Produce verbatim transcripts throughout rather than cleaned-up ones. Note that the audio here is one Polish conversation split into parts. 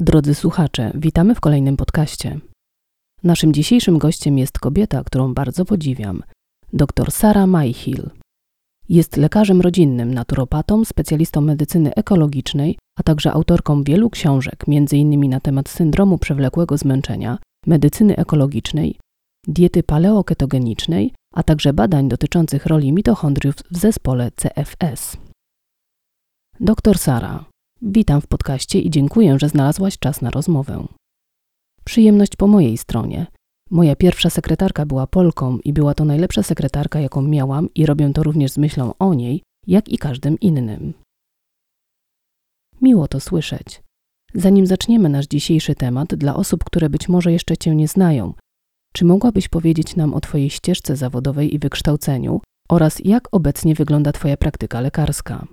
Drodzy słuchacze, witamy w kolejnym podcaście. Naszym dzisiejszym gościem jest kobieta, którą bardzo podziwiam, dr Sara Myhill. Jest lekarzem rodzinnym, naturopatą, specjalistą medycyny ekologicznej, a także autorką wielu książek, między innymi na temat syndromu przewlekłego zmęczenia, medycyny ekologicznej, diety paleoketogenicznej, a także badań dotyczących roli mitochondriów w zespole C F S. Doktor Sara, witam w podcaście i dziękuję, że znalazłaś czas na rozmowę. Przyjemność po mojej stronie. Moja pierwsza sekretarka była Polką i była to najlepsza sekretarka, jaką miałam i robię to również z myślą o niej, jak i każdym innym. Miło to słyszeć. Zanim zaczniemy nasz dzisiejszy temat, dla osób, które być może jeszcze Cię nie znają, czy mogłabyś powiedzieć nam o Twojej ścieżce zawodowej i wykształceniu oraz jak obecnie wygląda Twoja praktyka lekarska?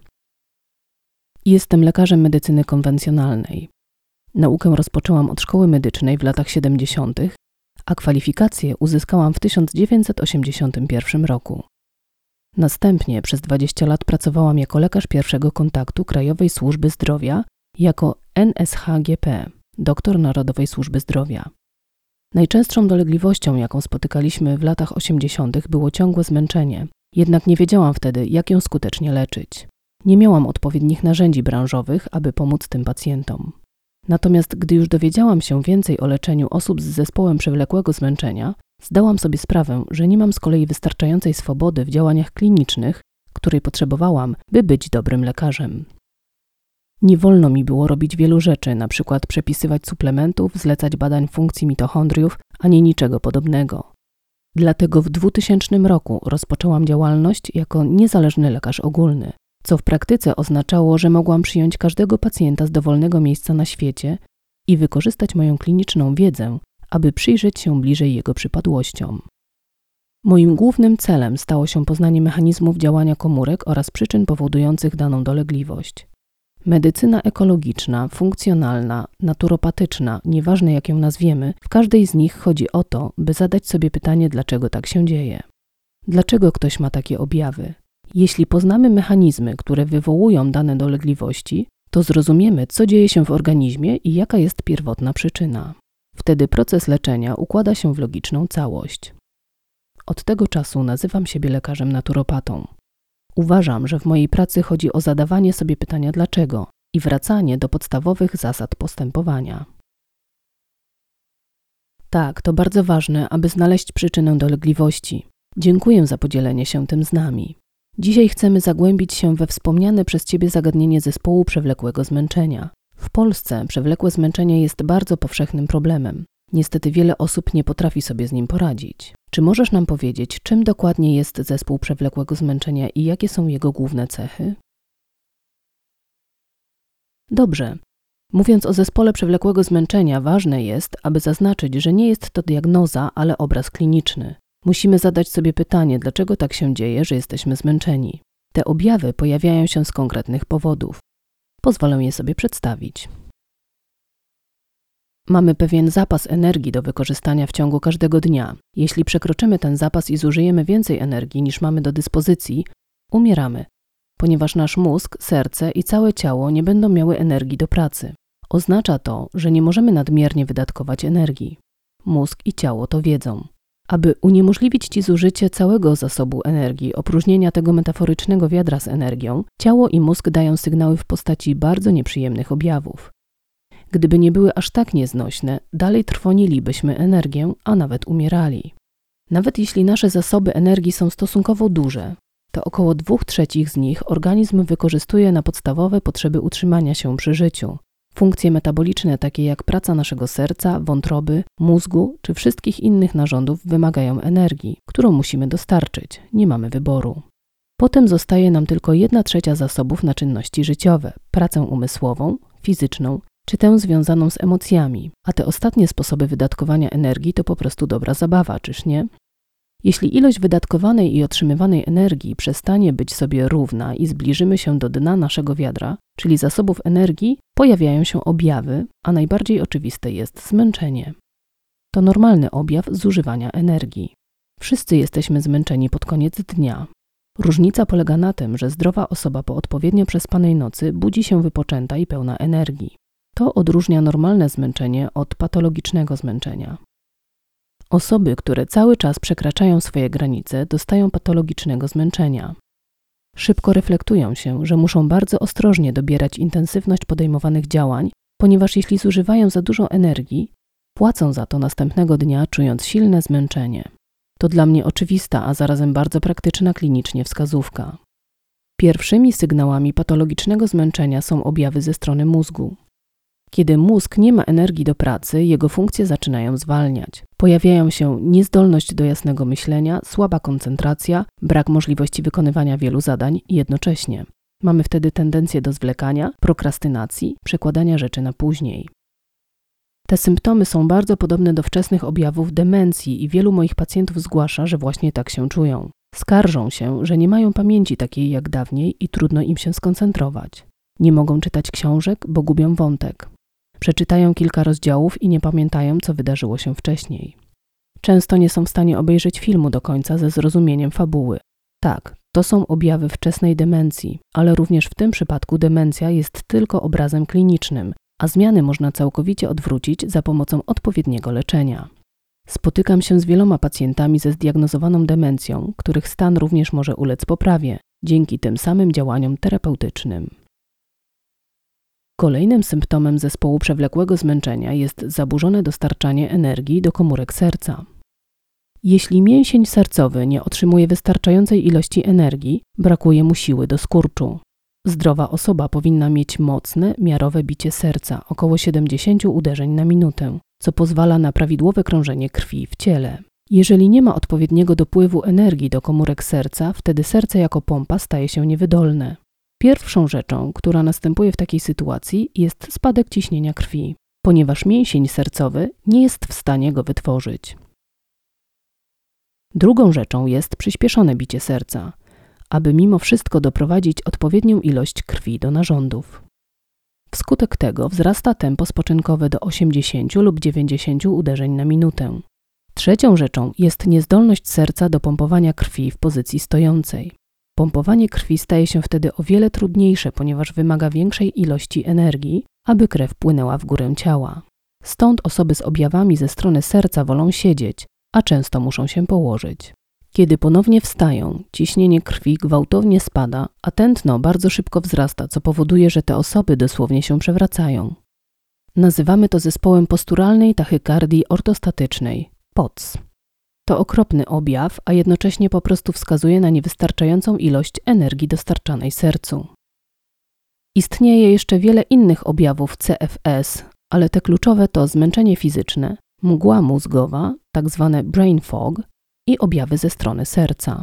Jestem lekarzem medycyny konwencjonalnej. Naukę rozpoczęłam od szkoły medycznej w latach siedemdziesiątych, a kwalifikacje uzyskałam w tysiąc dziewięćset osiemdziesiątym pierwszym roku. Następnie przez dwadzieścia lat pracowałam jako lekarz pierwszego kontaktu Krajowej Służby Zdrowia jako N S H G P, doktor Narodowej Służby Zdrowia. Najczęstszą dolegliwością, jaką spotykaliśmy w latach osiemdziesiątych było ciągłe zmęczenie, jednak nie wiedziałam wtedy, jak ją skutecznie leczyć. Nie miałam odpowiednich narzędzi branżowych, aby pomóc tym pacjentom. Natomiast gdy już dowiedziałam się więcej o leczeniu osób z zespołem przewlekłego zmęczenia, zdałam sobie sprawę, że nie mam z kolei wystarczającej swobody w działaniach klinicznych, której potrzebowałam, by być dobrym lekarzem. Nie wolno mi było robić wielu rzeczy, na przykład przepisywać suplementów, zlecać badań funkcji mitochondriów, ani niczego podobnego. Dlatego w dwutysięcznym roku rozpoczęłam działalność jako niezależny lekarz ogólny, co w praktyce oznaczało, że mogłam przyjąć każdego pacjenta z dowolnego miejsca na świecie i wykorzystać moją kliniczną wiedzę, aby przyjrzeć się bliżej jego przypadłościom. Moim głównym celem stało się poznanie mechanizmów działania komórek oraz przyczyn powodujących daną dolegliwość. Medycyna ekologiczna, funkcjonalna, naturopatyczna, nieważne jak ją nazwiemy, w każdej z nich chodzi o to, by zadać sobie pytanie, dlaczego tak się dzieje. Dlaczego ktoś ma takie objawy? Jeśli poznamy mechanizmy, które wywołują dane dolegliwości, to zrozumiemy, co dzieje się w organizmie i jaka jest pierwotna przyczyna. Wtedy proces leczenia układa się w logiczną całość. Od tego czasu nazywam siebie lekarzem naturopatą. Uważam, że w mojej pracy chodzi o zadawanie sobie pytania dlaczego i wracanie do podstawowych zasad postępowania. Tak, to bardzo ważne, aby znaleźć przyczynę dolegliwości. Dziękuję za podzielenie się tym z nami. Dzisiaj chcemy zagłębić się we wspomniane przez Ciebie zagadnienie zespołu przewlekłego zmęczenia. W Polsce przewlekłe zmęczenie jest bardzo powszechnym problemem. Niestety wiele osób nie potrafi sobie z nim poradzić. Czy możesz nam powiedzieć, czym dokładnie jest zespół przewlekłego zmęczenia i jakie są jego główne cechy? Dobrze. Mówiąc o zespole przewlekłego zmęczenia, ważne jest, aby zaznaczyć, że nie jest to diagnoza, ale obraz kliniczny. Musimy zadać sobie pytanie, dlaczego tak się dzieje, że jesteśmy zmęczeni. Te objawy pojawiają się z konkretnych powodów. Pozwolę je sobie przedstawić. Mamy pewien zapas energii do wykorzystania w ciągu każdego dnia. Jeśli przekroczymy ten zapas i zużyjemy więcej energii niż mamy do dyspozycji, umieramy, ponieważ nasz mózg, serce i całe ciało nie będą miały energii do pracy. Oznacza to, że nie możemy nadmiernie wydatkować energii. Mózg i ciało to wiedzą. Aby uniemożliwić Ci zużycie całego zasobu energii, opróżnienia tego metaforycznego wiadra z energią, ciało i mózg dają sygnały w postaci bardzo nieprzyjemnych objawów. Gdyby nie były aż tak nieznośne, dalej trwonilibyśmy energię, a nawet umierali. Nawet jeśli nasze zasoby energii są stosunkowo duże, to około dwóch trzecich z nich organizm wykorzystuje na podstawowe potrzeby utrzymania się przy życiu. Funkcje metaboliczne takie jak praca naszego serca, wątroby, mózgu czy wszystkich innych narządów wymagają energii, którą musimy dostarczyć, nie mamy wyboru. Potem zostaje nam tylko jedna trzecia zasobów na czynności życiowe, pracę umysłową, fizyczną czy tę związaną z emocjami, a te ostatnie sposoby wydatkowania energii to po prostu dobra zabawa, czyż nie? Jeśli ilość wydatkowanej i otrzymywanej energii przestanie być sobie równa i zbliżymy się do dna naszego wiadra, czyli zasobów energii, pojawiają się objawy, a najbardziej oczywiste jest zmęczenie. To normalny objaw zużywania energii. Wszyscy jesteśmy zmęczeni pod koniec dnia. Różnica polega na tym, że zdrowa osoba po odpowiednio przespanej nocy budzi się wypoczęta i pełna energii. To odróżnia normalne zmęczenie od patologicznego zmęczenia. Osoby, które cały czas przekraczają swoje granice, dostają patologicznego zmęczenia. Szybko reflektują się, że muszą bardzo ostrożnie dobierać intensywność podejmowanych działań, ponieważ jeśli zużywają za dużo energii, płacą za to następnego dnia, czując silne zmęczenie. To dla mnie oczywista, a zarazem bardzo praktyczna klinicznie wskazówka. Pierwszymi sygnałami patologicznego zmęczenia są objawy ze strony mózgu. Kiedy mózg nie ma energii do pracy, jego funkcje zaczynają zwalniać. Pojawiają się niezdolność do jasnego myślenia, słaba koncentracja, brak możliwości wykonywania wielu zadań jednocześnie. Mamy wtedy tendencję do zwlekania, prokrastynacji, przekładania rzeczy na później. Te symptomy są bardzo podobne do wczesnych objawów demencji i wielu moich pacjentów zgłasza, że właśnie tak się czują. Skarżą się, że nie mają pamięci takiej jak dawniej i trudno im się skoncentrować. Nie mogą czytać książek, bo gubią wątek. Przeczytają kilka rozdziałów i nie pamiętają, co wydarzyło się wcześniej. Często nie są w stanie obejrzeć filmu do końca ze zrozumieniem fabuły. Tak, to są objawy wczesnej demencji, ale również w tym przypadku demencja jest tylko obrazem klinicznym, a zmiany można całkowicie odwrócić za pomocą odpowiedniego leczenia. Spotykam się z wieloma pacjentami ze zdiagnozowaną demencją, których stan również może ulec poprawie dzięki tym samym działaniom terapeutycznym. Kolejnym symptomem zespołu przewlekłego zmęczenia jest zaburzone dostarczanie energii do komórek serca. Jeśli mięsień sercowy nie otrzymuje wystarczającej ilości energii, brakuje mu siły do skurczu. Zdrowa osoba powinna mieć mocne, miarowe bicie serca, około siedemdziesiąt uderzeń na minutę, co pozwala na prawidłowe krążenie krwi w ciele. Jeżeli nie ma odpowiedniego dopływu energii do komórek serca, wtedy serce jako pompa staje się niewydolne. Pierwszą rzeczą, która następuje w takiej sytuacji, jest spadek ciśnienia krwi, ponieważ mięsień sercowy nie jest w stanie go wytworzyć. Drugą rzeczą jest przyspieszone bicie serca, aby mimo wszystko doprowadzić odpowiednią ilość krwi do narządów. Wskutek tego wzrasta tempo spoczynkowe do osiemdziesięciu lub dziewięćdziesięciu uderzeń na minutę. Trzecią rzeczą jest niezdolność serca do pompowania krwi w pozycji stojącej. Pompowanie krwi staje się wtedy o wiele trudniejsze, ponieważ wymaga większej ilości energii, aby krew płynęła w górę ciała. Stąd osoby z objawami ze strony serca wolą siedzieć, a często muszą się położyć. Kiedy ponownie wstają, ciśnienie krwi gwałtownie spada, a tętno bardzo szybko wzrasta, co powoduje, że te osoby dosłownie się przewracają. Nazywamy to zespołem posturalnej tachykardii ortostatycznej, P O T S. To okropny objaw, a jednocześnie po prostu wskazuje na niewystarczającą ilość energii dostarczanej sercu. Istnieje jeszcze wiele innych objawów C F S, ale te kluczowe to zmęczenie fizyczne, mgła mózgowa, tak zwane brain fog i objawy ze strony serca.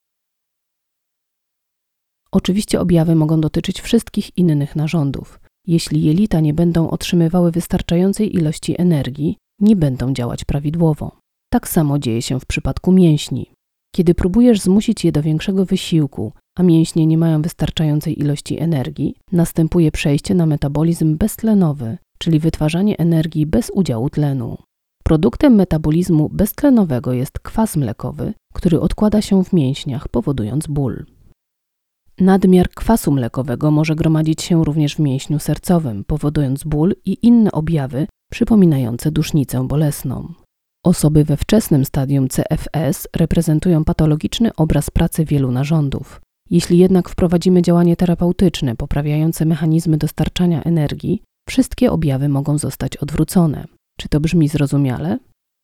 Oczywiście objawy mogą dotyczyć wszystkich innych narządów. Jeśli jelita nie będą otrzymywały wystarczającej ilości energii, nie będą działać prawidłowo. Tak samo dzieje się w przypadku mięśni. Kiedy próbujesz zmusić je do większego wysiłku, a mięśnie nie mają wystarczającej ilości energii, następuje przejście na metabolizm beztlenowy, czyli wytwarzanie energii bez udziału tlenu. Produktem metabolizmu beztlenowego jest kwas mlekowy, który odkłada się w mięśniach, powodując ból. Nadmiar kwasu mlekowego może gromadzić się również w mięśniu sercowym, powodując ból i inne objawy przypominające dusznicę bolesną. Osoby we wczesnym stadium C F S reprezentują patologiczny obraz pracy wielu narządów. Jeśli jednak wprowadzimy działanie terapeutyczne poprawiające mechanizmy dostarczania energii, wszystkie objawy mogą zostać odwrócone. Czy to brzmi zrozumiale?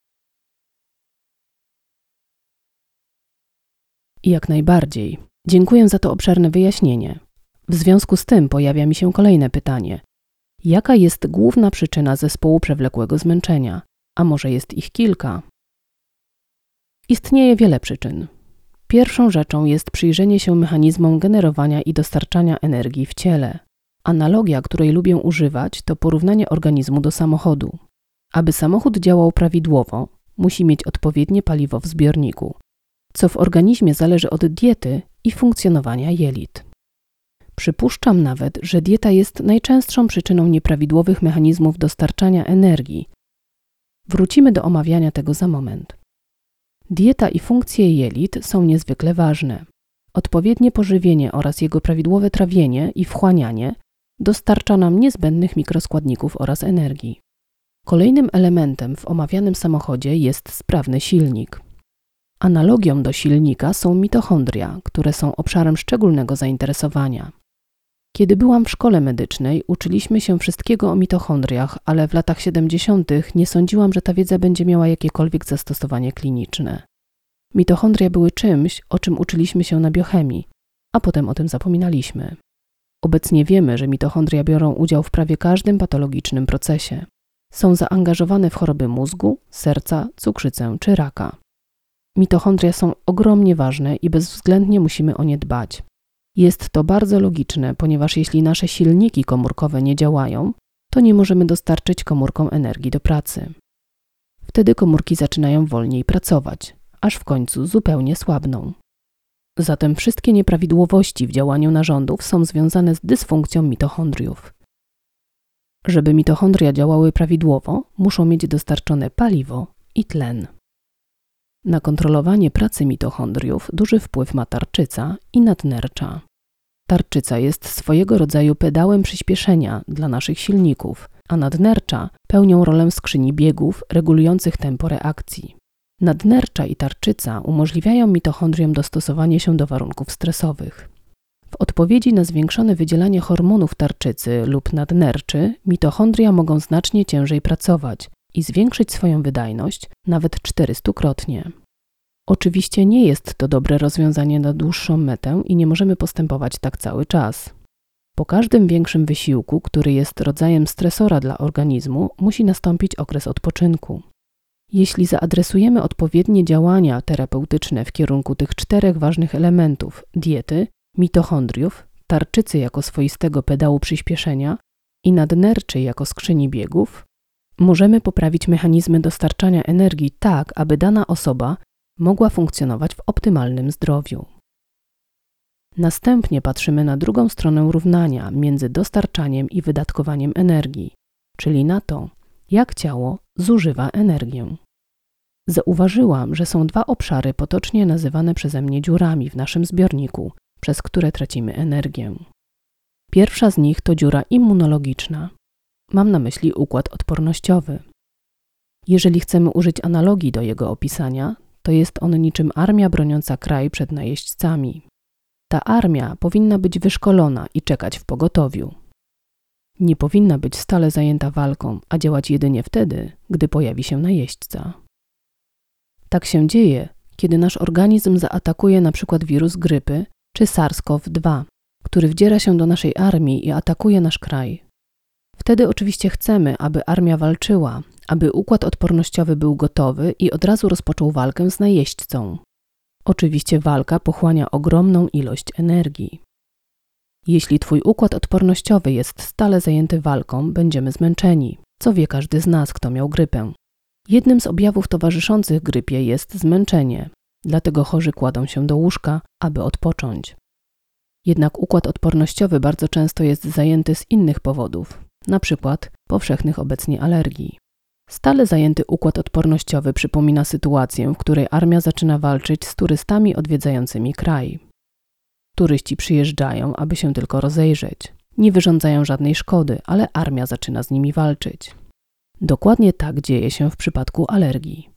Jak najbardziej. Dziękuję za to obszerne wyjaśnienie. W związku z tym pojawia mi się kolejne pytanie. Jaka jest główna przyczyna zespołu przewlekłego zmęczenia? A może jest ich kilka? Istnieje wiele przyczyn. Pierwszą rzeczą jest przyjrzenie się mechanizmom generowania i dostarczania energii w ciele. Analogia, której lubię używać, to porównanie organizmu do samochodu. Aby samochód działał prawidłowo, musi mieć odpowiednie paliwo w zbiorniku, co w organizmie zależy od diety i funkcjonowania jelit. Przypuszczam nawet, że dieta jest najczęstszą przyczyną nieprawidłowych mechanizmów dostarczania energii. Wrócimy do omawiania tego za moment. Dieta i funkcje jelit są niezwykle ważne. Odpowiednie pożywienie oraz jego prawidłowe trawienie i wchłanianie dostarcza nam niezbędnych mikroskładników oraz energii. Kolejnym elementem w omawianym samochodzie jest sprawny silnik. Analogią do silnika są mitochondria, które są obszarem szczególnego zainteresowania. Kiedy byłam w szkole medycznej, uczyliśmy się wszystkiego o mitochondriach, ale w latach siedemdziesiątych nie sądziłam, że ta wiedza będzie miała jakiekolwiek zastosowanie kliniczne. Mitochondria były czymś, o czym uczyliśmy się na biochemii, a potem o tym zapominaliśmy. Obecnie wiemy, że mitochondria biorą udział w prawie każdym patologicznym procesie. Są zaangażowane w choroby mózgu, serca, cukrzycę czy raka. Mitochondria są ogromnie ważne i bezwzględnie musimy o nie dbać. Jest to bardzo logiczne, ponieważ jeśli nasze silniki komórkowe nie działają, to nie możemy dostarczyć komórkom energii do pracy. Wtedy komórki zaczynają wolniej pracować, aż w końcu zupełnie słabną. Zatem wszystkie nieprawidłowości w działaniu narządów są związane z dysfunkcją mitochondriów. Żeby mitochondria działały prawidłowo, muszą mieć dostarczone paliwo i tlen. Na kontrolowanie pracy mitochondriów duży wpływ ma tarczyca i nadnercza. Tarczyca jest swojego rodzaju pedałem przyspieszenia dla naszych silników, a nadnercza pełnią rolę skrzyni biegów regulujących tempo reakcji. Nadnercza i tarczyca umożliwiają mitochondriom dostosowanie się do warunków stresowych. W odpowiedzi na zwiększone wydzielanie hormonów tarczycy lub nadnerczy, mitochondria mogą znacznie ciężej pracować i zwiększyć swoją wydajność nawet czterystukrotnie. Oczywiście nie jest to dobre rozwiązanie na dłuższą metę i nie możemy postępować tak cały czas. Po każdym większym wysiłku, który jest rodzajem stresora dla organizmu, musi nastąpić okres odpoczynku. Jeśli zaadresujemy odpowiednie działania terapeutyczne w kierunku tych czterech ważnych elementów diety, mitochondriów, tarczycy jako swoistego pedału przyspieszenia i nadnerczy jako skrzyni biegów, możemy poprawić mechanizmy dostarczania energii tak, aby dana osoba mogła funkcjonować w optymalnym zdrowiu. Następnie patrzymy na drugą stronę równania między dostarczaniem i wydatkowaniem energii, czyli na to, jak ciało zużywa energię. Zauważyłam, że są dwa obszary potocznie nazywane przeze mnie dziurami w naszym zbiorniku, przez które tracimy energię. Pierwsza z nich to dziura immunologiczna. Mam na myśli układ odpornościowy. Jeżeli chcemy użyć analogii do jego opisania, to jest on niczym armia broniąca kraj przed najeźdźcami. Ta armia powinna być wyszkolona i czekać w pogotowiu. Nie powinna być stale zajęta walką, a działać jedynie wtedy, gdy pojawi się najeźdźca. Tak się dzieje, kiedy nasz organizm zaatakuje np. wirus grypy czy SARS-CoV dwa, który wdziera się do naszej armii i atakuje nasz kraj. Wtedy oczywiście chcemy, aby armia walczyła, aby układ odpornościowy był gotowy i od razu rozpoczął walkę z najeźdźcą. Oczywiście walka pochłania ogromną ilość energii. Jeśli twój układ odpornościowy jest stale zajęty walką, będziemy zmęczeni, co wie każdy z nas, kto miał grypę. Jednym z objawów towarzyszących grypie jest zmęczenie, dlatego chorzy kładą się do łóżka, aby odpocząć. Jednak układ odpornościowy bardzo często jest zajęty z innych powodów, na przykład powszechnych obecnie alergii. Stale zajęty układ odpornościowy przypomina sytuację, w której armia zaczyna walczyć z turystami odwiedzającymi kraj. Turyści przyjeżdżają, aby się tylko rozejrzeć. Nie wyrządzają żadnej szkody, ale armia zaczyna z nimi walczyć. Dokładnie tak dzieje się w przypadku alergii.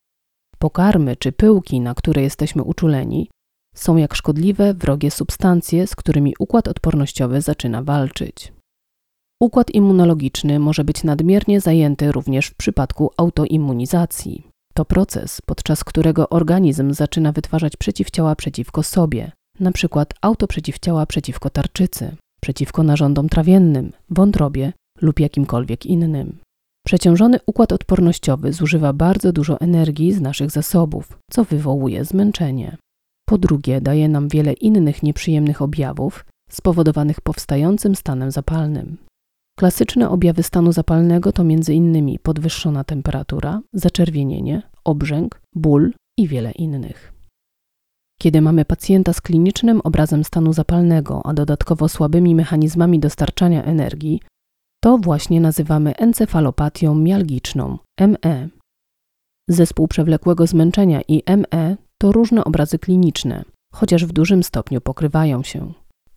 Pokarmy czy pyłki, na które jesteśmy uczuleni, są jak szkodliwe, wrogie substancje, z którymi układ odpornościowy zaczyna walczyć. Układ immunologiczny może być nadmiernie zajęty również w przypadku autoimmunizacji. To proces, podczas którego organizm zaczyna wytwarzać przeciwciała przeciwko sobie, np. autoprzeciwciała przeciwko tarczycy, przeciwko narządom trawiennym, wątrobie lub jakimkolwiek innym. Przeciążony układ odpornościowy zużywa bardzo dużo energii z naszych zasobów, co wywołuje zmęczenie. Po drugie, daje nam wiele innych nieprzyjemnych objawów spowodowanych powstającym stanem zapalnym. Klasyczne objawy stanu zapalnego to między innymi podwyższona temperatura, zaczerwienienie, obrzęk, ból i wiele innych. Kiedy mamy pacjenta z klinicznym obrazem stanu zapalnego, a dodatkowo słabymi mechanizmami dostarczania energii, to właśnie nazywamy encefalopatią mialgiczną, M E. Zespół przewlekłego zmęczenia i M E to różne obrazy kliniczne, chociaż w dużym stopniu pokrywają się.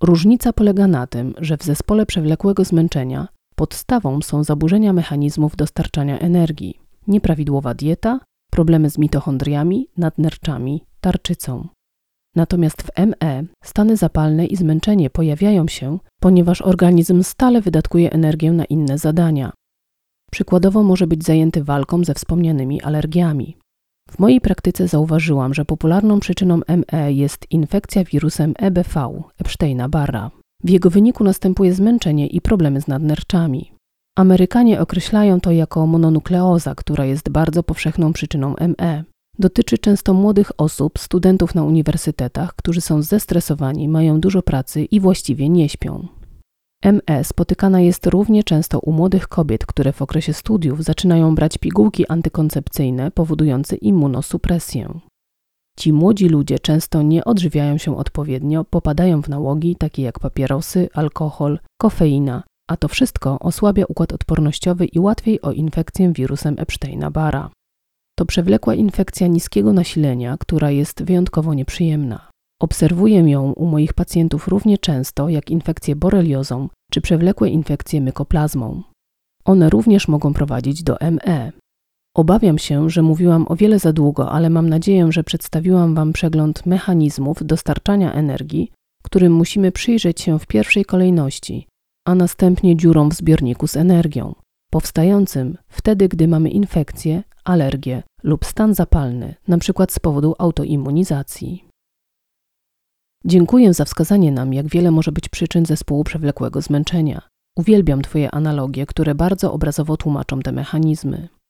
Różnica polega na tym, że w zespole przewlekłego zmęczenia podstawą są zaburzenia mechanizmów dostarczania energii, nieprawidłowa dieta, problemy z mitochondriami, nadnerczami, tarczycą. Natomiast w M E stany zapalne i zmęczenie pojawiają się, ponieważ organizm stale wydatkuje energię na inne zadania. Przykładowo może być zajęty walką ze wspomnianymi alergiami. W mojej praktyce zauważyłam, że popularną przyczyną M E jest infekcja wirusem E B V, Epsteina-Barra. W jego wyniku następuje zmęczenie i problemy z nadnerczami. Amerykanie określają to jako mononukleoza, która jest bardzo powszechną przyczyną M E. Dotyczy często młodych osób, studentów na uniwersytetach, którzy są zestresowani, mają dużo pracy i właściwie nie śpią. M E spotykana jest równie często u młodych kobiet, które w okresie studiów zaczynają brać pigułki antykoncepcyjne powodujące immunosupresję. Ci młodzi ludzie często nie odżywiają się odpowiednio, popadają w nałogi takie jak papierosy, alkohol, kofeina, a to wszystko osłabia układ odpornościowy i łatwiej o infekcję wirusem Epsteina-Barra. To przewlekła infekcja niskiego nasilenia, która jest wyjątkowo nieprzyjemna. Obserwuję ją u moich pacjentów równie często jak infekcję boreliozą czy przewlekłe infekcje mykoplazmą. One również mogą prowadzić do M E. Obawiam się, że mówiłam o wiele za długo, ale mam nadzieję, że przedstawiłam Wam przegląd mechanizmów dostarczania energii, którym musimy przyjrzeć się w pierwszej kolejności, a następnie dziurom w zbiorniku z energią, powstającym wtedy, gdy mamy infekcję, alergię lub stan zapalny, np. z powodu autoimmunizacji. Dziękuję za wskazanie nam, jak wiele może być przyczyn zespołu przewlekłego zmęczenia. Uwielbiam Twoje analogie, które bardzo obrazowo tłumaczą te mechanizmy.